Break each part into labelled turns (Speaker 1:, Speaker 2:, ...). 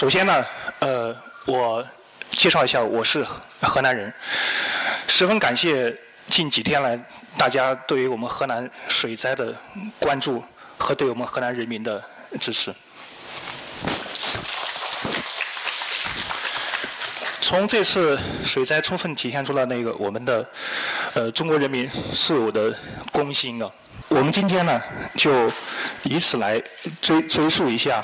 Speaker 1: 首先呢，我介绍一下，我是河南人，十分感谢近几天来大家对于我们河南水灾的关注和对我们河南人民的支持。从这次水灾充分体现出了那个我们的中国人民素有的公心啊。我们今天呢，就以此来追溯一下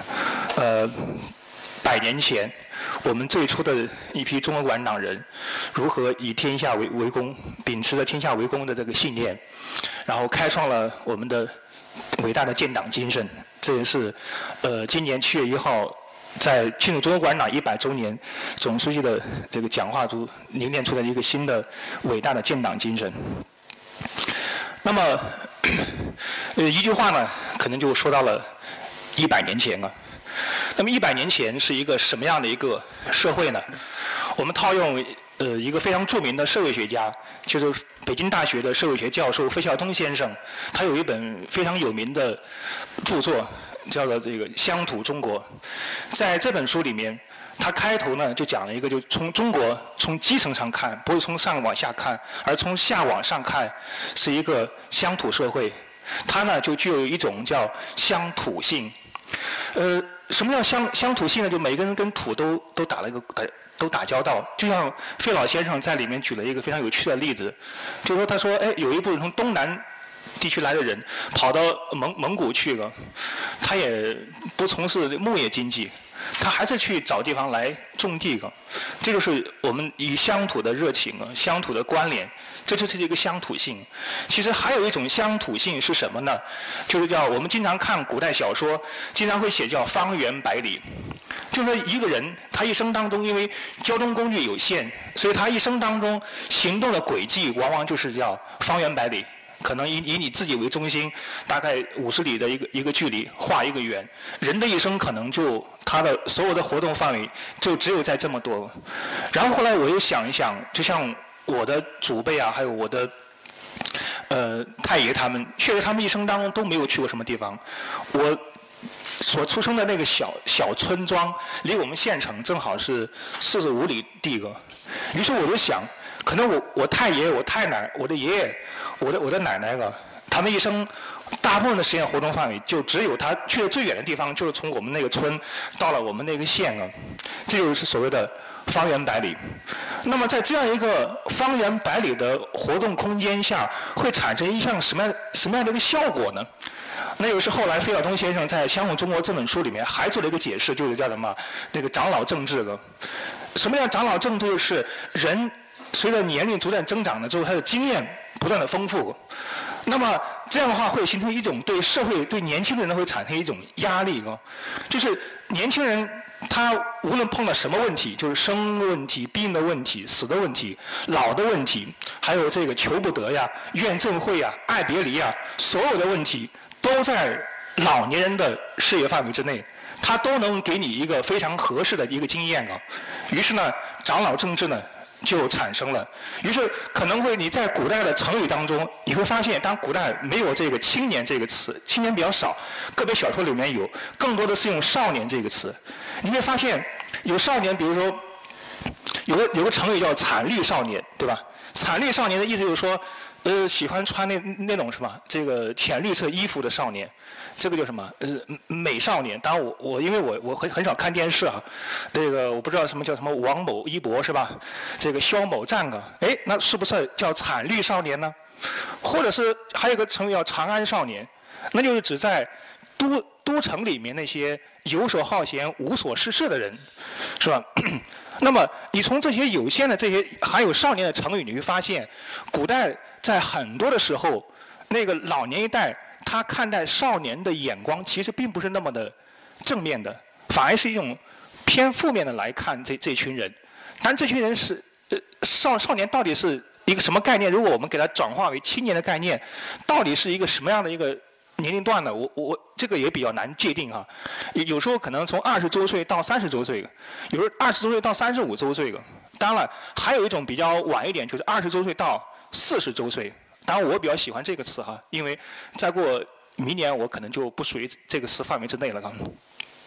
Speaker 1: 100年前我们最初的一批中国共产党人如何以天下为公，秉持着天下为公的这个信念，然后开创了我们的伟大的建党精神。这也是今年7月1号在庆祝中国共产党100周年总书记的这个讲话中凝练出的一个新的伟大的建党精神。那么一句话呢，可能就说到了100年前啊。那么100年前是一个什么样的一个社会呢？我们套用一个非常著名的社会学家，就是北京大学的社会学教授费孝通先生，他有一本非常有名的著作，叫做这个《乡土中国》。在这本书里面，他开头呢就讲了一个，就从中国从基层上看，不是从上往下看，而从下往上看，是一个乡土社会。它呢就具有一种叫乡土性。什么叫乡土性呢？就每个人跟土都打交道。就像费老先生在里面举了一个非常有趣的例子，就是说他说，有一部分从东南地区来的人跑到蒙古去了，他也不从事牧业经济，他还是去找地方来种地了。这就是我们以乡土的热情啊，乡土的关联，这就是一个乡土性。其实还有一种乡土性是什么呢？就是叫我们经常看古代小说，经常会写叫方圆百里。就是说一个人他一生当中，因为交通工具有限，所以他一生当中行动的轨迹往往就是叫方圆百里。可能以你自己为中心，大概50里的一个距离画一个圆，人的一生可能就他的所有的活动范围就只有在这么多。然后后来我又想一想，就像我的祖辈啊，还有我的太爷他们，确实他们一生当中都没有去过什么地方。我所出生的那个小村庄，离我们县城正好是45里地个。于是我就想，可能我太爷、我太奶、我的爷爷、我的奶奶啊，他们一生大部分的实验活动范围就只有他去的最远的地方，就是从我们那个村到了我们那个县啊，这就是所谓的方圆百里。那么在这样一个方圆百里的活动空间下，会产生一项什么样的一个效果呢？那又是后来费孝通先生在《乡土中国》这本书里面还做了一个解释，就是叫什么那个长老政治了。什么叫长老政治？就是人随着年龄逐渐增长了之后，他的经验不断的丰富。那么这样的话会形成一种对社会、对年轻人会产生一种压力啊，就是年轻人他无论碰到什么问题，就是生问题、病的问题、死的问题、老的问题，还有这个求不得呀、怨憎会呀、爱别离呀，所有的问题都在老年人的视野范围之内，他都能给你一个非常合适的一个经验啊。于是呢，长老政治呢就产生了。于是可能会你在古代的成语当中，你会发现，当古代没有这个青年这个词，青年比较少，个别小说里面有，更多的是用少年这个词。你会发现有少年，比如说有个成语叫惨绿少年，对吧？惨绿少年的意思就是说，喜欢穿那种什么这个浅绿色衣服的少年，这个叫什么？美少年。当然我因为我很少看电视啊，这个我不知道什么叫什么王某一博是吧？这个萧某战啊，那是不是叫惨绿少年呢？或者是还有个成语叫长安少年，那就是指在都城里面那些游手好闲、无所事事的人，是吧？那么你从这些有限的这些含有少年的成语，你会发现，古代在很多的时候，那个老年一代他看待少年的眼光其实并不是那么的正面的，反而是一种偏负面的来看这群人。但这群人是少年到底是一个什么概念？如果我们给它转化为青年的概念，到底是一个什么样的一个年龄段呢？我这个也比较难界定啊。有时候可能从20周岁到30周岁，有时候20周岁到35周岁。当然了，还有一种比较晚一点，就是20周岁到40周岁。当然我比较喜欢这个词哈，因为再过明年我可能就不属于这个词范围之内了。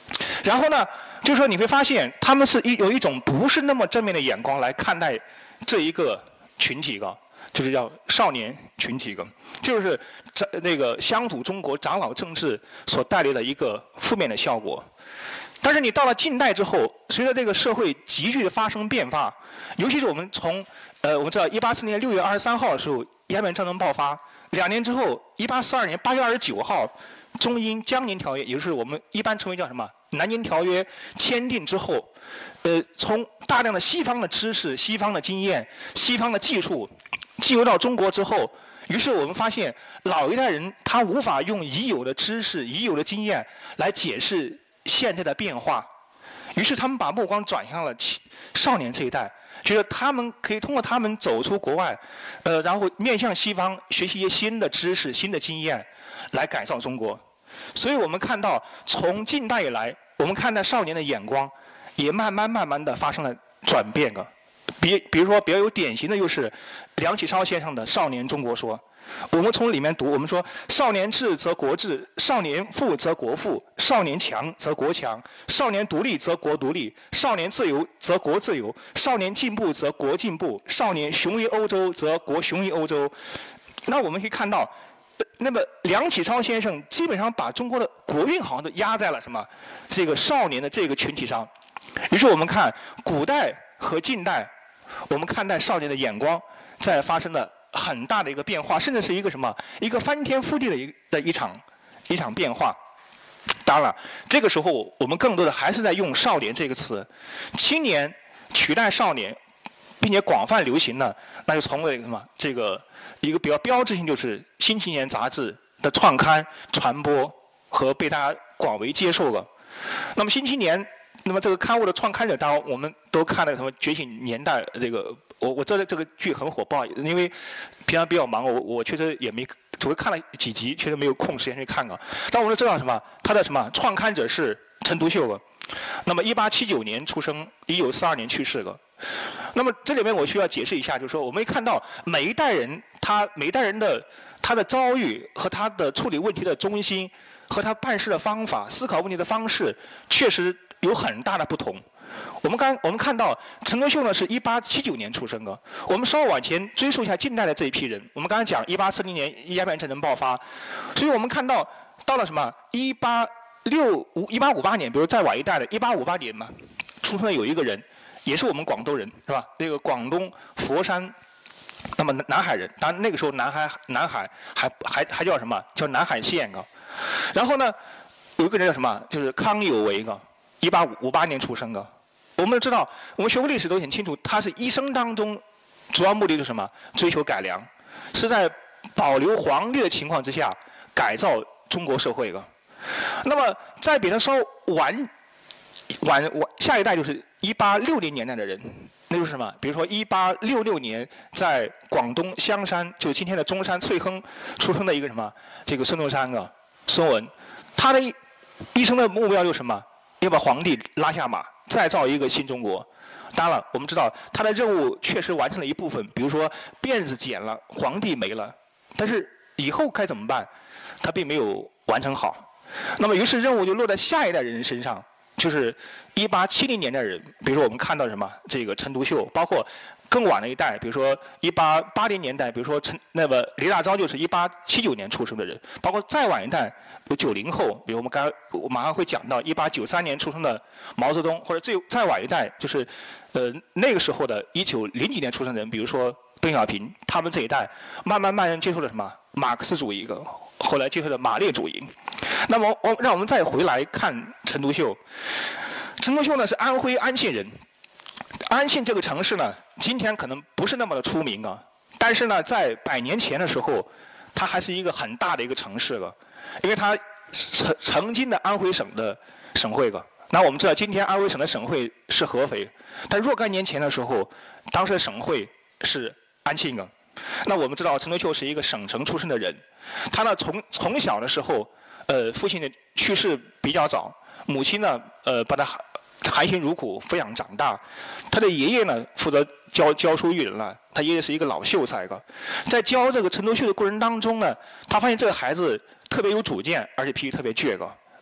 Speaker 1: 然后呢，就是说你会发现他们是有一种不是那么正面的眼光来看待这一个群体的，就是叫少年群体的，就是那个乡土中国长老政治所带来的一个负面的效果。但是你到了近代之后，随着这个社会急剧的发生变化，尤其是我们我们知道184年6月23号的时候，鸦片战争爆发，2年之后，1842年8月29号，中英江宁条约，也就是我们一般称为叫什么南京条约签订之后，从大量的西方的知识、西方的经验、西方的技术进入到中国之后，于是我们发现老一代人他无法用已有的知识、已有的经验来解释现在的变化，于是他们把目光转向了少年这一代，觉得他们可以通过他们走出国外，然后面向西方学习一些新的知识、新的经验，来改造中国。所以我们看到，从近代以来，我们看待少年的眼光也慢慢的发生了转变了。比如说比较有典型的就是梁启超先生的《少年中国说》。我们从里面读，我们说少年智则国智，少年富则国富，少年强则国强，少年独立则国独立，少年自由则国自由，少年进步则国进步，少年雄于欧洲则国雄于欧洲。那我们可以看到，那么梁启超先生基本上把中国的国运好像都压在了什么这个少年的这个群体上。于是我们看古代和近代，我们看待少年的眼光在发生了很大的一个变化，甚至是一个什么一个翻天覆地的一场变化。当然了，这个时候我们更多的还是在用少年这个词，青年取代少年，并且广泛流行呢，那就从了什么这个一个比较标志性，就是《新青年》杂志的创刊、传播和被大家广为接受了。那么《新青年》那么这个刊物的创刊者，当然我们都看了什么《觉醒年代》这个。我知道这个剧很火爆，因为平常比较忙，我确实也没，只会看了几集，确实没有空时间去看了。但我们都知道什么，他的什么创刊者是陈独秀了。那么1879年出生，1942年去世了。那么这里面我需要解释一下，就是说我们看到每一代人的他的遭遇和他的处理问题的中心和他办事的方法、思考问题的方式，确实有很大的不同。我们看到陈独秀呢是1879年出生的，我们稍往前追溯一下近代的这一批人，我们刚才讲1840年鸦片战争爆发，所以我们看到了什么1858年，比如再晚一代的1858年嘛，出生的有一个人，也是我们广东人，是吧？这个广东佛山，那么南海人，当然那个时候南海还叫什么？叫南海县啊。然后呢，有一个人叫什么？就是康有为啊，1858年出生的。我们知道，我们学过历史都很清楚，他是一生当中主要目的是什么？追求改良，是在保留皇帝的情况之下改造中国社会的。那么再比他稍晚下一代就是1860年代的人，那就是什么？比如说1866年在广东香山，就是今天的中山翠亨出生的一个什么？这个孙中山啊，孙文，他的一生的目标就是什么？要把皇帝拉下马，再造一个新中国。当然了，我们知道他的任务确实完成了一部分，比如说辫子剪了，皇帝没了，但是以后该怎么办？他并没有完成好。那么于是任务就落在下一代人身上，就是1870年代人，比如说我们看到什么？这个陈独秀，包括更晚的一代，比如说1880年代，比如说那么李大钊就是1879年出生的人，包括再晚一代有90后，比如我马上会讲到1893年出生的毛泽东，或者再晚一代就是那个时候的1900几年出生的人，比如说邓小平，他们这一代慢慢接受了什么马克思主义，后来接受了马列主义。那么让我们再回来看陈独秀。陈独秀呢是安徽安庆人。安庆这个城市呢，今天可能不是那么的出名啊，但是呢，在100年前的时候，它还是一个很大的一个城市了，因为它曾经的安徽省的省会了。那我们知道，今天安徽省的省会是合肥，但若干年前的时候，当时的省会是安庆啊。那我们知道，陈独秀是一个省城出身的人，他呢从小的时候，父亲的去世比较早，母亲呢，把他含辛茹苦抚养长大，他的爷爷呢负责教书育人了，他爷爷是一个老秀才个，在教这个陈独秀的过程当中呢，他发现这个孩子特别有主见，而且脾气特别倔个，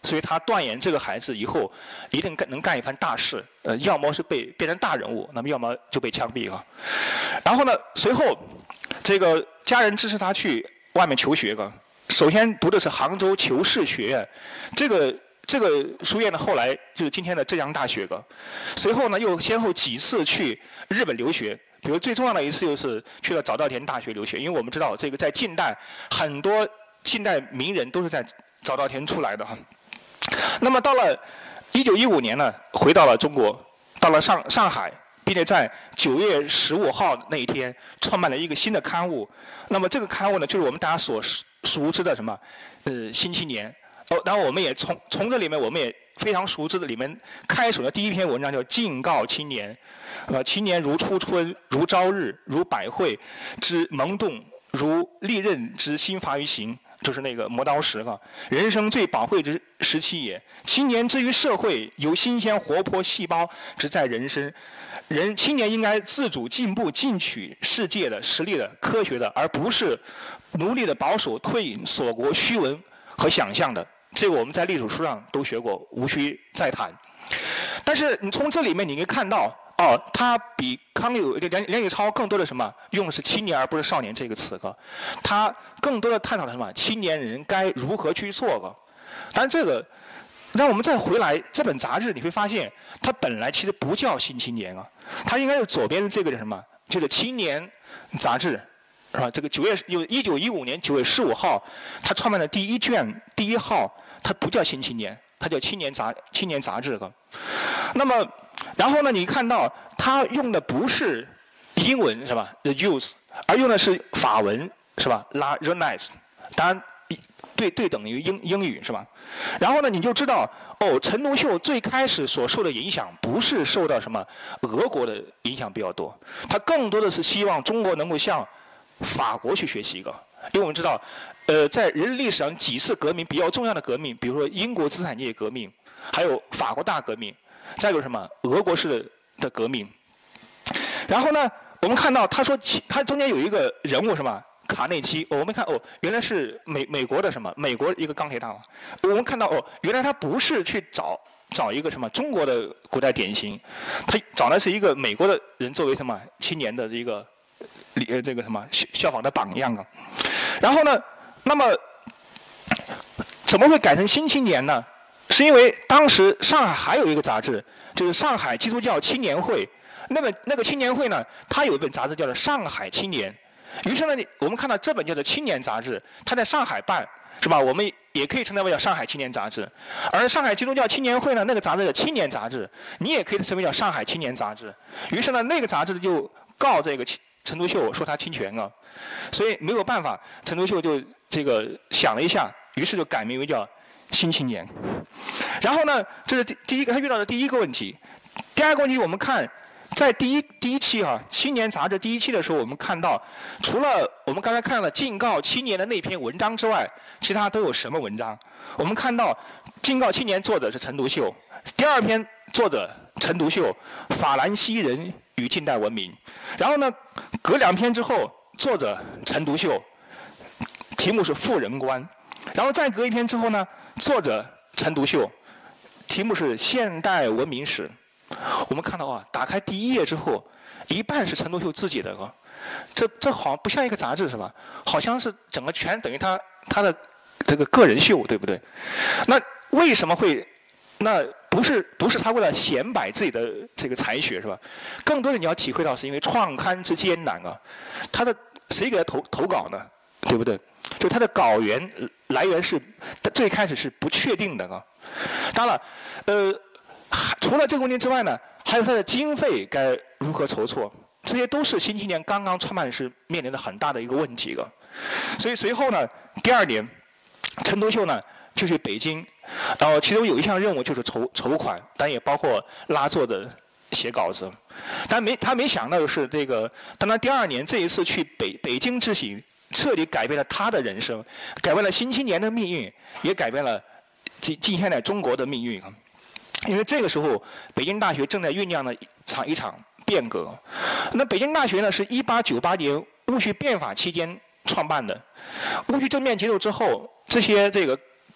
Speaker 1: 所以他断言这个孩子以后一定能干一番大事，要么是变成大人物，那么要么就被枪毙了。然后呢，随后这个家人支持他去外面求学了。首先读的是杭州求是学院，这个书院呢，后来就是今天的浙江大学了。随后呢，又先后几次去日本留学，比如最重要的一次就是去了早稻田大学留学，因为我们知道这个在近代很多近代名人都是在早稻田出来的哈。那么到了1915年呢，回到了中国，到了上海，并且在9月15号那一天创办了一个新的刊物。那么这个刊物呢，就是我们大家所熟知的什么新青年。然后我们也从这里面我们也非常熟知的里面开首的第一篇文章叫《敬告青年》，青年如初春，如朝日，如百卉之萌动，如利刃之新发于行。就是那个磨刀石啊，人生最宝贵之时期也。青年之于社会，有新鲜活泼细胞之在人生。青年应该自主进步，进取世界的、实力的、科学的，而不是奴隶的保守、退隐、锁国、虚文和想象的。这个我们在历史书上都学过，无需再谈。但是你从这里面你可以看到，他比梁启超更多的什么用的是青年而不是少年这个词个，他更多的探讨了什么青年人该如何去做个。但这个让我们再回来这本杂志，你会发现它本来其实不叫新青年啊，它应该是左边的这个是什么，就是青年杂志，是吧？这个1915年9月15号，他创办的第一卷第1号，它不叫新青年，它叫青年杂志个。那么然后呢，你看到他用的不是英文是吧 ，the youth， 而用的是法文是吧 ，la jeunesse， 当然对等于英语是吧？然后呢，你就知道陈独秀最开始所受的影响不是受到什么俄国的影响比较多，他更多的是希望中国能够向法国去学习一个，因为我们知道，在人类历史上几次革命比较重要的革命，比如说英国资产阶级革命，还有法国大革命。再有什么俄国式的革命。然后呢，我们看到他说他中间有一个人物什么卡内基，我们看原来是美国的什么美国一个钢铁大王。我们看到原来他不是去找一个什么中国的古代典型，他找的是一个美国的人作为什么青年的一个这个什么效仿的榜样啊。然后呢，那么怎么会改成新青年呢？是因为当时上海还有一个杂志，就是上海基督教青年会。那个青年会呢，它有一本杂志叫做《上海青年》。于是呢，我们看到这本叫做《青年杂志》，它在上海办，是吧？我们也可以称它为叫《上海青年杂志》。而上海基督教青年会呢，那个杂志叫《青年杂志》，你也可以称为叫《上海青年杂志》。于是呢，那个杂志就告这个陈独秀说他侵权了，所以没有办法，陈独秀就这个想了一下，于是就改名为叫新青年。然后呢，这是第一个他遇到的第一个问题。第二个问题，我们看在第一期《青年杂志》第1期的时候，我们看到除了我们刚才看到的警告青年的那篇文章之外，其他都有什么文章？我们看到警告青年作者是陈独秀，第2篇作者陈独秀，法兰西人与近代文明。然后呢，隔2篇之后，作者陈独秀，题目是富人观。然后再隔1篇之后呢，作者陈独秀，题目是现代文明史。我们看到打开第1页之后，一半是陈独秀自己的这好像不像一个杂志是吧？好像是整个全等于他的这个个人秀，对不对？那为什么会？那不是他为了显摆自己的这个才学是吧？更多的你要体会到是因为创刊之艰难啊。谁给他投稿呢？对不对？就他的稿源来源是最开始是不确定的啊。当然了，除了这个问题之外呢，还有他的经费该如何筹措，这些都是新青年刚刚创办时面临的很大的一个问题了。所以随后呢，第2年，陈独秀呢就去北京，然后其中有一项任务就是筹款，但也包括拉作者写稿子。但他没想到的是，当他第2年这一次去北京之行，彻底改变了他的人生，改变了新青年的命运，也改变了近现代中国的命运。因为这个时候，北京大学正在酝酿了一场变革。那北京大学呢，是1898年戊戌变法期间创办的。戊戌政变结束之后，这些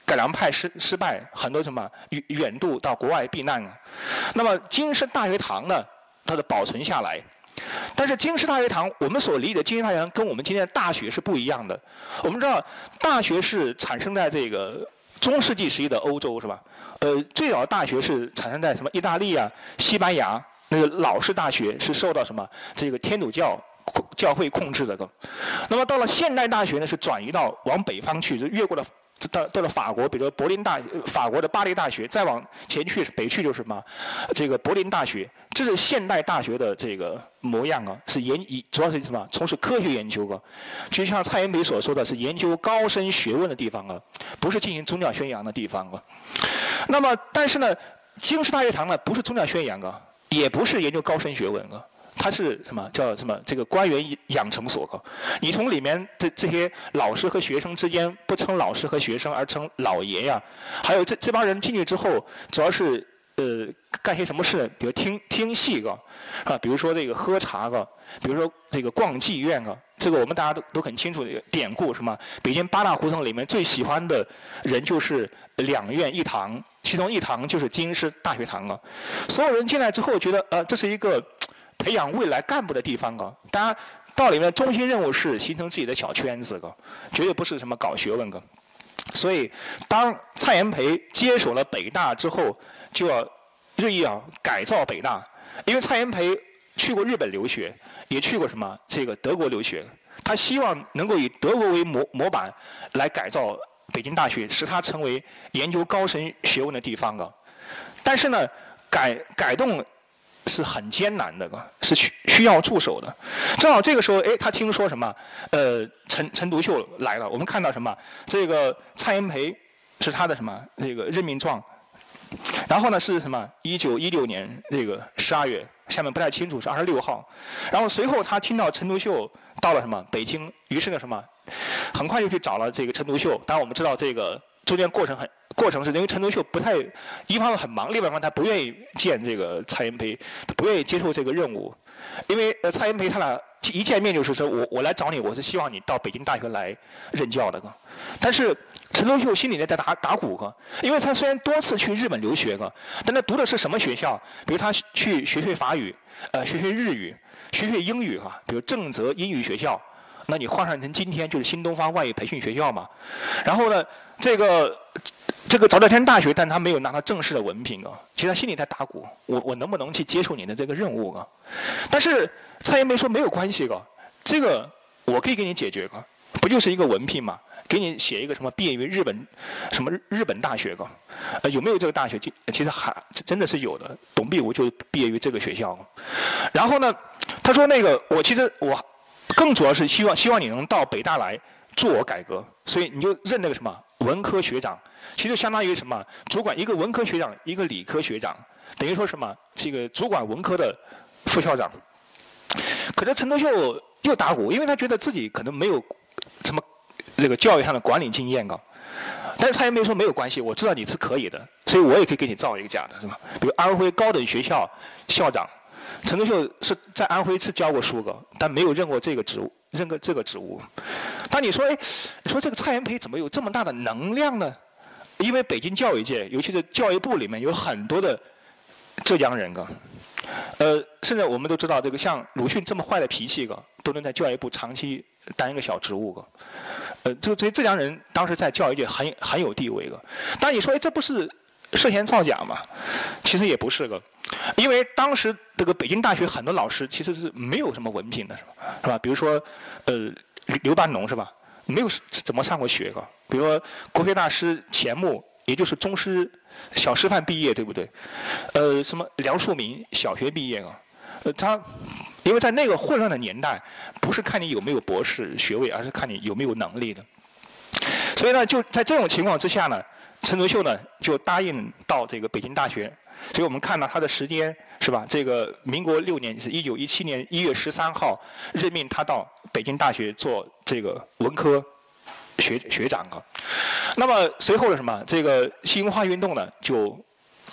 Speaker 1: 改良派失败，很多什么远渡到国外避难啊。那么京师大学堂呢，它的保存下来。但是京师大学堂，我们所理解的京师大学堂跟我们今天的大学是不一样的。我们知道，大学是产生在这个中世纪时期的欧洲，是吧？最早的大学是产生在什么意大利啊、西班牙，那个老式大学是受到什么这个天主教会控制的。那么到了现代大学呢，是转移到往北方去，就越过了。到了法国，比如法国的巴黎大学，再往前去北去就是什么，这个柏林大学，这是现代大学的这个模样啊，是主要是什么？从事科学研究啊，就像蔡元培所说的是研究高深学问的地方啊，不是进行宗教宣扬的地方啊。那么，但是呢，京师大学堂呢，不是宗教宣扬啊，也不是研究高深学问啊。它是什么叫什么？这个官员养成所啊！你从里面这些老师和学生之间不称老师和学生，而称老爷呀。还有这帮人进去之后，主要是干些什么事？比如听戏啊，比如说这个喝茶比如说这个逛妓院啊。这个我们大家都很清楚的典故是吗？北京八大胡同里面最喜欢的人就是两院一堂，其中一堂就是京师大学堂啊。所有人进来之后觉得这是一个培养未来干部的地方啊，当然到里面中心任务是形成自己的小圈子啊，绝对不是什么搞学问啊。所以当蔡元培接手了北大之后，就要日益改造北大，因为蔡元培去过日本留学，也去过什么这个德国留学，他希望能够以德国为模板来改造北京大学，使它成为研究高深学问的地方啊。但是呢，改动是很艰难的，是需要助手的。正好这个时候，他听说什么？陈独秀来了。我们看到什么？这个蔡元培是他的什么？这个任命状。然后呢是什么？1916年这个12月，下面不太清楚，是26号。然后随后他听到陈独秀到了什么北京，于是呢什么，很快就去找了这个陈独秀。当然我们知道这个中间过程是因为陈独秀不太，一方面很忙，另外一方面他不愿意见这个蔡元培，不愿意接受这个任务，因为蔡元培他俩一见面就是说我来找你，我是希望你到北京大学来任教的。但是陈独秀心里在打鼓，因为他虽然多次去日本留学，但他读的是什么学校？比如他去学法语，学日语，学英语比如正则英语学校。那你换算成今天就是新东方外语培训学校嘛。然后呢，这个早稻田大学，但他没有拿到正式的文凭其实他心里在打鼓，我能不能去接受你的这个任务但是蔡元培说没有关系这个我可以给你解决不就是一个文凭嘛？给你写一个什么毕业于日本大学有没有这个大学？其实还真的是有的，董必武就毕业于这个学校然后呢，他说那个我更主要是希望你能到北大来助我改革，所以你就任那个什么文科学长，其实相当于什么主管一个文科学长，一个理科学长，等于说什么这个主管文科的副校长。可是陈独秀又打鼓，因为他觉得自己可能没有什么这个教育上的管理经验但是蔡元培说没有关系，我知道你是可以的，所以我也可以给你造一个假的，是吧？比如安徽高等学校校长。陈独秀是在安徽是教过书但没有任过这个职务。但你说，你说这个蔡元培怎么有这么大的能量呢？因为北京教育界，尤其是教育部里面有很多的浙江人甚至我们都知道，这个像鲁迅这么坏的脾气都能在教育部长期担一个小职务这些浙江人当时在教育界很有地位但你说，这不是涉嫌造假吗？其实也不是因为当时这个北京大学很多老师其实是没有什么文凭的，是吧？比如说刘半农是吧？没有怎么上过学比如说国学大师钱穆，也就是中师小师范毕业，对不对？什么梁漱溟小学毕业他因为在那个混乱的年代，不是看你有没有博士学位，而是看你有没有能力的。所以呢，就在这种情况之下呢，陈独秀呢就答应到这个北京大学。所以我们看到他的时间是吧？这个民国6年是1917年1月13号任命他到北京大学做这个文科学长那么随后的什么这个新文化运动呢，就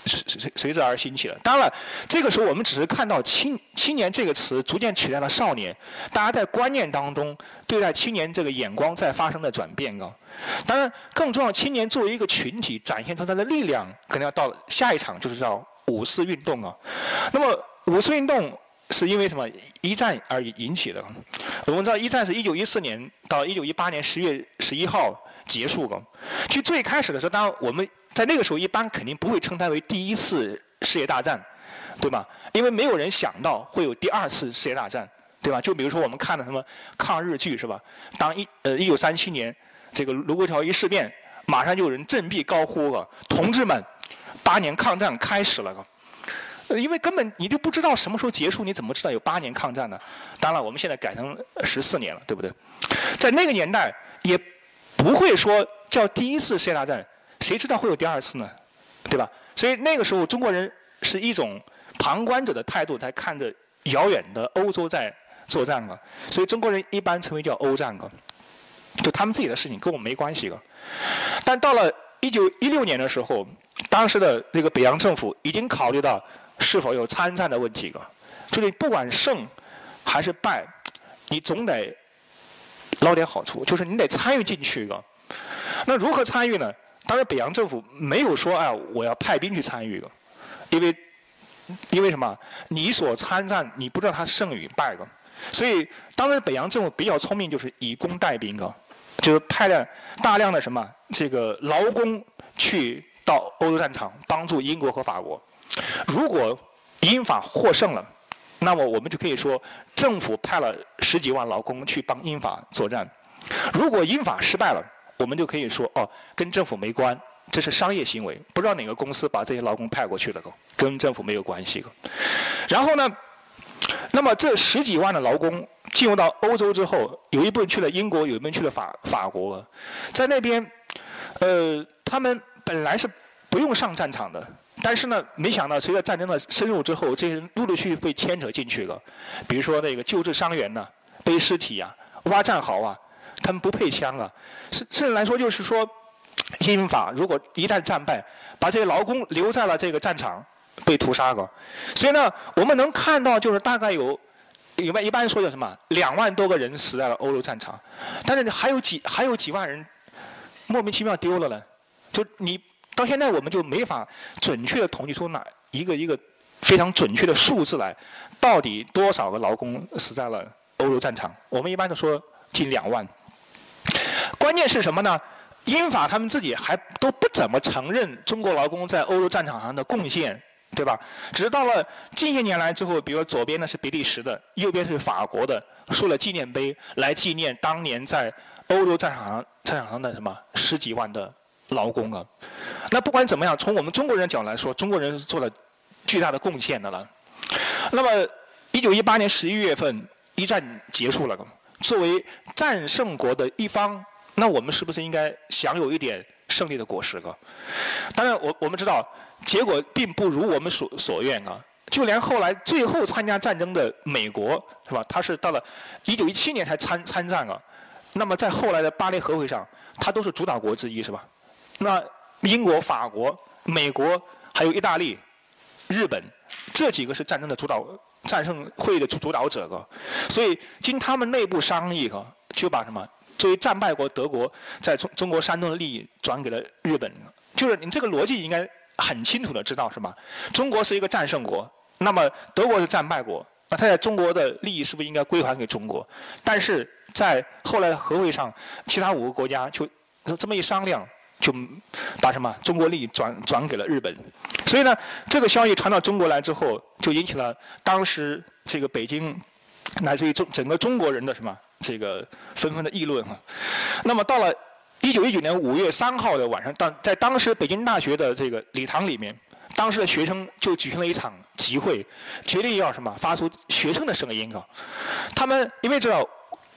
Speaker 1: 随之而兴起了。当然，这个时候我们只是看到青年这个词逐渐取代了少年，大家在观念当中对待青年这个眼光在发生的转变啊。当然，更重要，青年作为一个群体展现出他的力量，可能要到下一场就是叫五四运动啊。那么五四运动是因为什么？一战而引起的。我们知道一战是1914年到1918年10月11号结束的。其实最开始的时候，当然我们在那个时候一般肯定不会称它为第一次世界大战，对吧？因为没有人想到会有第二次世界大战，对吧？就比如说我们看的什么抗日剧是吧？当1937年这个卢沟桥一事变，马上就有人振臂高呼了：“同志们，8年抗战开始了。”因为根本你就不知道什么时候结束，你怎么知道有8年抗战呢？当然，我们现在改成14年了，对不对？在那个年代也不会说叫第一次世界大战，谁知道会有第二次呢？对吧？所以那个时候中国人是一种旁观者的态度，在看着遥远的欧洲在作战啊。所以中国人一般称为叫欧战啊，就他们自己的事情跟我们没关系啊。但到了1916年的时候，当时的这个北洋政府已经考虑到是否有参战的问题了，就是不管胜还是败，你总得捞点好处，就是你得参与进去了。那如何参与呢？当然，北洋政府没有说我要派兵去参与了，因为什么？你所参战，你不知道他胜与败了。所以当时北洋政府比较聪明，就是以工代兵啊，就是派了大量的什么这个劳工去到欧洲战场帮助英国和法国。如果英法获胜了，那么我们就可以说政府派了10几万劳工去帮英法作战。如果英法失败了，我们就可以说跟政府没关，这是商业行为，不知道哪个公司把这些劳工派过去了，跟政府没有关系。然后呢，那么这10几万的劳工进入到欧洲之后，有一部分去了英国，有一部分去了法国，在那边，他们本来是不用上战场的，但是呢，没想到随着战争的深入之后，这些人陆陆续续被牵扯进去了。比如说那个救治伤员呢，背尸体啊，挖战壕啊，他们不配枪啊。甚至来说，就是说，英法如果一旦战败，把这些劳工留在了这个战场，被屠杀了。所以呢，我们能看到就是大概有一般说叫什么2万多个人死在了欧洲战场，但是还有几万人莫名其妙丢了呢。就你到现在我们就没法准确的统计出哪一个非常准确的数字来，到底多少个劳工死在了欧洲战场？我们一般都说近2万。关键是什么呢？英法他们自己还都不怎么承认中国劳工在欧洲战场上的贡献，对吧？只是到了近些年来之后，比如左边呢是比利时的，右边是法国的，竖了纪念碑来纪念当年在欧洲战场上的什么10几万的劳工啊。那不管怎么样，从我们中国人的角度来说，中国人是做了巨大的贡献的了。那么1918年11月份一战结束了，作为战胜国的一方，那我们是不是应该享有一点胜利的果实啊？当然我们知道结果并不如我们所愿啊。就连后来最后参加战争的美国，是吧？他是到了1917年才参战啊。那么在后来的巴黎和会上，他都是主导国之一，是吧？那英国、法国、美国还有意大利、日本这几个是战胜会的主导者啊。所以经他们内部商议啊，就把什么作为战败国德国在中国山东的利益转给了日本。就是你这个逻辑应该很清楚的知道，是吧？中国是一个战胜国，那么德国是战败国，那他在中国的利益是不是应该归还给中国？但是在后来的和会上，其他5个国家就这么一商量，就把什么中国利益转给了日本。所以呢，这个消息传到中国来之后，就引起了当时这个北京乃至于整个中国人的什么这个纷纷的议论。那么到了1919年5月3号的晚上，在当时北京大学的这个礼堂里面，当时的学生就举行了一场集会，决定要什么发出学生的声音啊。他们因为知道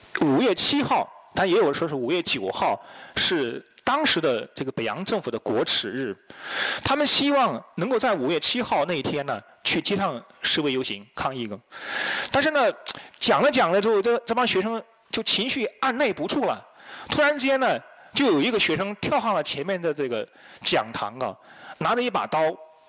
Speaker 1: 5月7号，但也有说是5月9号是当时的这个北洋政府的国耻日，他们希望能够在5月7号那一天呢去街上示威游行抗议的。但是呢，讲了之后，这帮学生就情绪按捺不住了，突然之间呢，就有一个学生跳上了前面的这个讲堂啊，拿着一把刀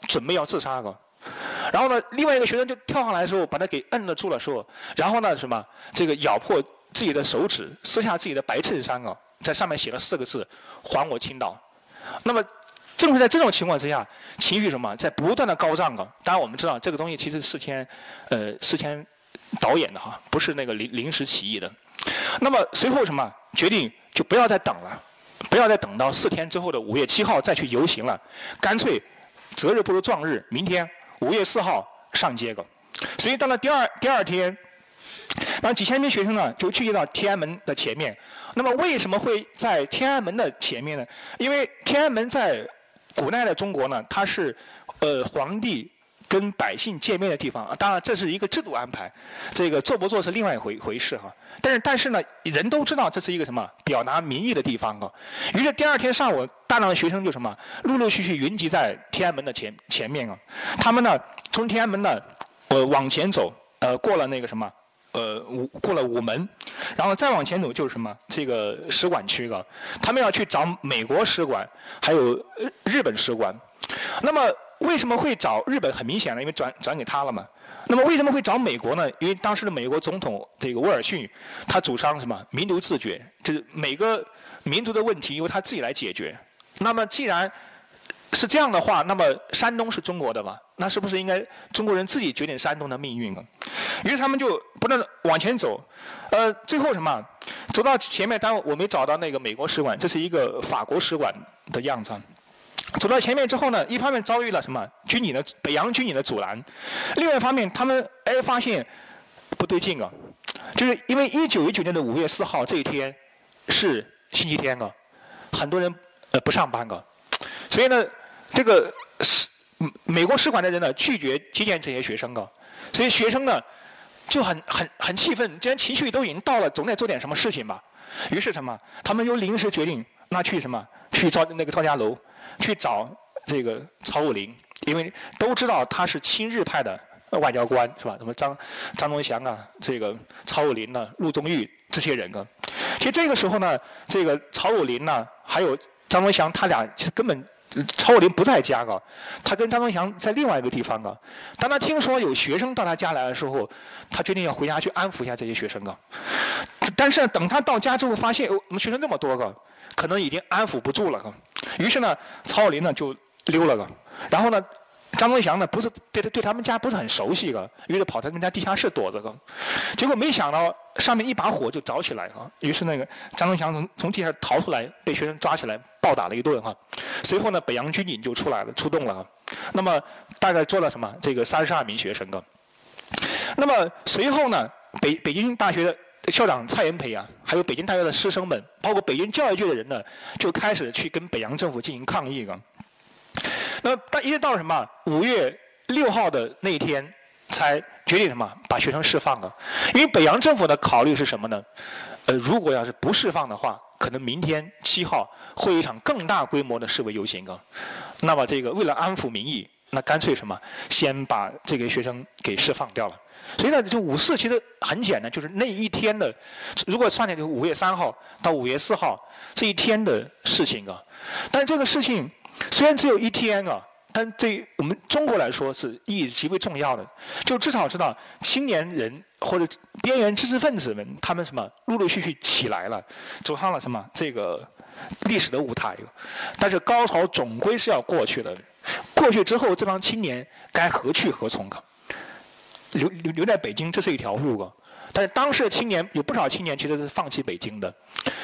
Speaker 1: 准备要自杀个。然后呢，另外一个学生就跳上来的时候，把他给摁了住了时候，然后呢什么，这个咬破自己的手指，撕下自己的白衬衫啊，在上面写了4个字：还我青岛。那么正是在这种情况之下，情绪什么在不断的高涨啊。当然我们知道这个东西其实事先导演的哈，不是那个临时起意的。那么随后什么决定就不要再等了，不要再等到4天之后的5月7号再去游行了，干脆择日不如撞日，明天5月4号上街个。所以到了第二天，然后几千名学生呢就聚集到天安门的前面。那么为什么会在天安门的前面呢？因为天安门在古代的中国呢，它是皇帝跟百姓见面的地方。当然这是一个制度安排，这个做不做是另外一回事哈。但是呢，人都知道这是一个什么表达民意的地方啊。于是第2天上午，大量的学生就什么陆陆续续云集在天安门的前面啊。他们呢从天安门呢往前走，过了那个什么过了午门，然后再往前走就是什么这个使馆区啊。他们要去找美国使馆，还有日本使馆。那么为什么会找日本？很明显了，因为转给他了嘛。那么为什么会找美国呢？因为当时的美国总统这个威尔逊，他主张什么民族自决，就是每个民族的问题由他自己来解决。那么既然是这样的话，那么山东是中国的嘛？那是不是应该中国人自己决定山东的命运啊？于是他们就不断的往前走，最后什么走到前面，当然我没找到那个美国使馆，这是一个法国使馆的样子。走到前面之后呢，一方面遭遇了什么北洋军营的阻拦，另外一方面他们发现不对劲啊，就是因为1919年的5月4号这一天是星期天啊，很多人不上班啊，所以呢这个美国使馆的人呢拒绝接见这些学生啊，所以学生呢就很气愤，既然情绪都已经到了，总得做点什么事情吧。于是什么，他们又临时决定，那去什么去那个赵家楼。去找这个曹武林，因为都知道他是亲日派的外交官，是吧？什么张宗祥啊，这个曹武林呢、陆宗玉这些人啊。其实这个时候呢，这个曹武林呢，还有张宗祥，他俩其实根本曹武林不在家啊，他跟张宗祥在另外一个地方啊。当他听说有学生到他家来的时候，他决定要回家去安抚一下这些学生啊。但是等他到家之后，发现我们学生这么多个，可能已经安抚不住了。于是呢，曹武林呢就溜了个，然后呢，张宗祥呢不是对他们家不是很熟悉个，于是跑到他们家地下室躲着个，结果没想到上面一把火就着起来哈，于是那个张宗祥从地下逃出来，被学生抓起来暴打了一顿哈。随后呢，北洋军营就出动了哈，那么大概做了什么这个32名学生个。那么随后呢，北京大学的校长蔡元培啊，还有北京大学的师生们，包括北京教育局的人呢，就开始去跟北洋政府进行抗议啊。那么一直到什么5月6号的那一天，才决定什么把学生释放啊。因为北洋政府的考虑是什么呢？如果要是不释放的话，可能明天7号会有一场更大规模的示威游行啊。那么这个为了安抚民意，那干脆什么，先把这个学生给释放掉了。所以呢，就5·4其实很简单，就是那一天的，如果算起来就是5月3号到5月4号这一天的事情啊。但这个事情虽然只有一天啊，但对于我们中国来说是意义极为重要的。就至少知道青年人或者边缘知识分子们，他们什么陆陆续续起来了，走上了什么这个历史的舞台。但是高潮总归是要过去的，过去之后，这帮青年该何去何从啊？留在北京，这是一条路啊。但是当时的青年有不少青年其实是放弃北京的，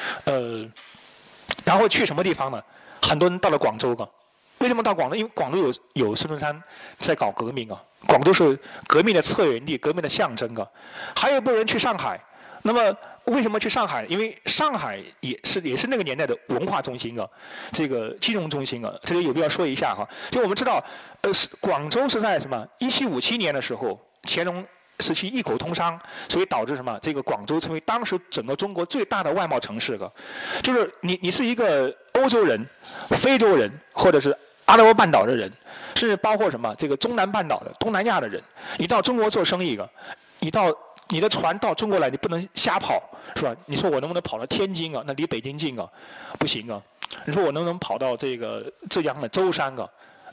Speaker 1: 然后去什么地方呢？很多人到了广州啊。为什么到广州？因为广州有孙中山在搞革命啊，广州是革命的策源地，革命的象征啊。还有一部分人去上海。那么为什么去上海？因为上海也是那个年代的文化中心啊，这个金融中心啊，这里有必要说一下哈。就我们知道，广州是在什么1757年的时候，乾隆时期异口通商，所以导致什么？这个广州成为当时整个中国最大的外贸城市。就是你是一个欧洲人、非洲人，或者是阿拉伯半岛的人，甚至包括什么这个中南半岛的、东南亚的人，你到中国做生意你的船到中国来，你不能瞎跑，是吧？你说我能不能跑到天津啊？那离北京近啊，不行啊。你说我能不能跑到这个浙江的舟山啊？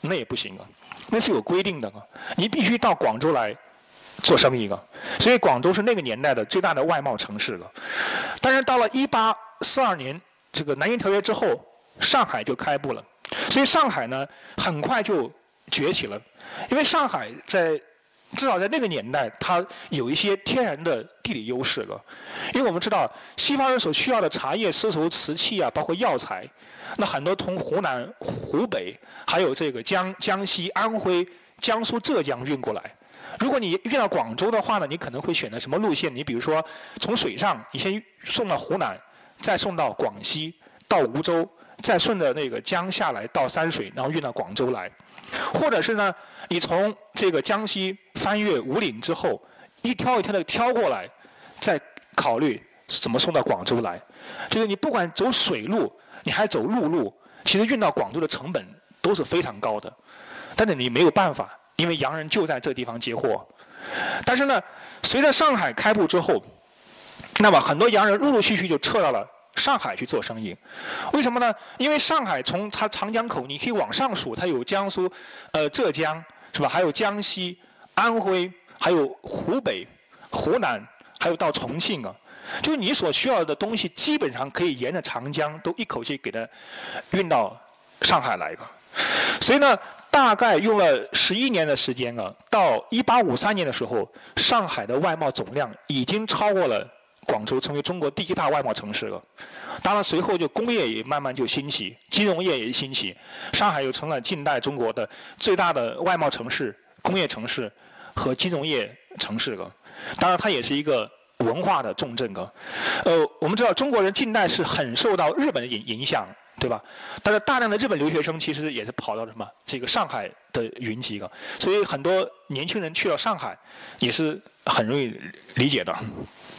Speaker 1: 那也不行啊，那是有规定的啊，你必须到广州来做生意啊。所以广州是那个年代的最大的外贸城市了。但是到了1842年这个南京条约之后，上海就开埠了，所以上海呢很快就崛起了，因为上海至少在那个年代，它有一些天然的地理优势了。因为我们知道，西方人所需要的茶叶、丝绸、瓷器啊，包括药材，那很多从湖南、湖北，还有这个江西、安徽、江苏、浙江运过来。如果你运到广州的话呢，你可能会选择什么路线？你比如说，从水上，你先送到湖南，再送到广西，到梧州，再顺着那个江下来到山水，然后运到广州来。或者是呢，你从这个江西翻越五岭之后，一挑一挑的挑过来，再考虑怎么送到广州来。就是你不管走水路，你还走陆路，其实运到广州的成本都是非常高的。但是你没有办法，因为洋人就在这地方接货。但是呢，随着上海开埠之后，那么很多洋人陆陆续续就撤到了上海去做生意。为什么呢？因为上海从它长江口，你可以往上数，它有江苏、浙江，是吧？还有江西、安徽，还有湖北、湖南，还有到重庆啊。就是你所需要的东西，基本上可以沿着长江都一口气给它运到上海来个。所以呢，大概用了11年的时间啊，到1853年的时候，上海的外贸总量已经超过了广州，成为中国第一大外贸城市了。当然，随后就工业也慢慢就兴起，金融业也兴起，上海又成了近代中国的最大的外贸城市、工业城市和金融业城市了。当然，它也是一个文化的重镇了。我们知道中国人近代是很受到日本的影响，对吧？但是大量的日本留学生其实也是跑到什么这个上海的云集了，所以很多年轻人去了上海也是很容易理解的。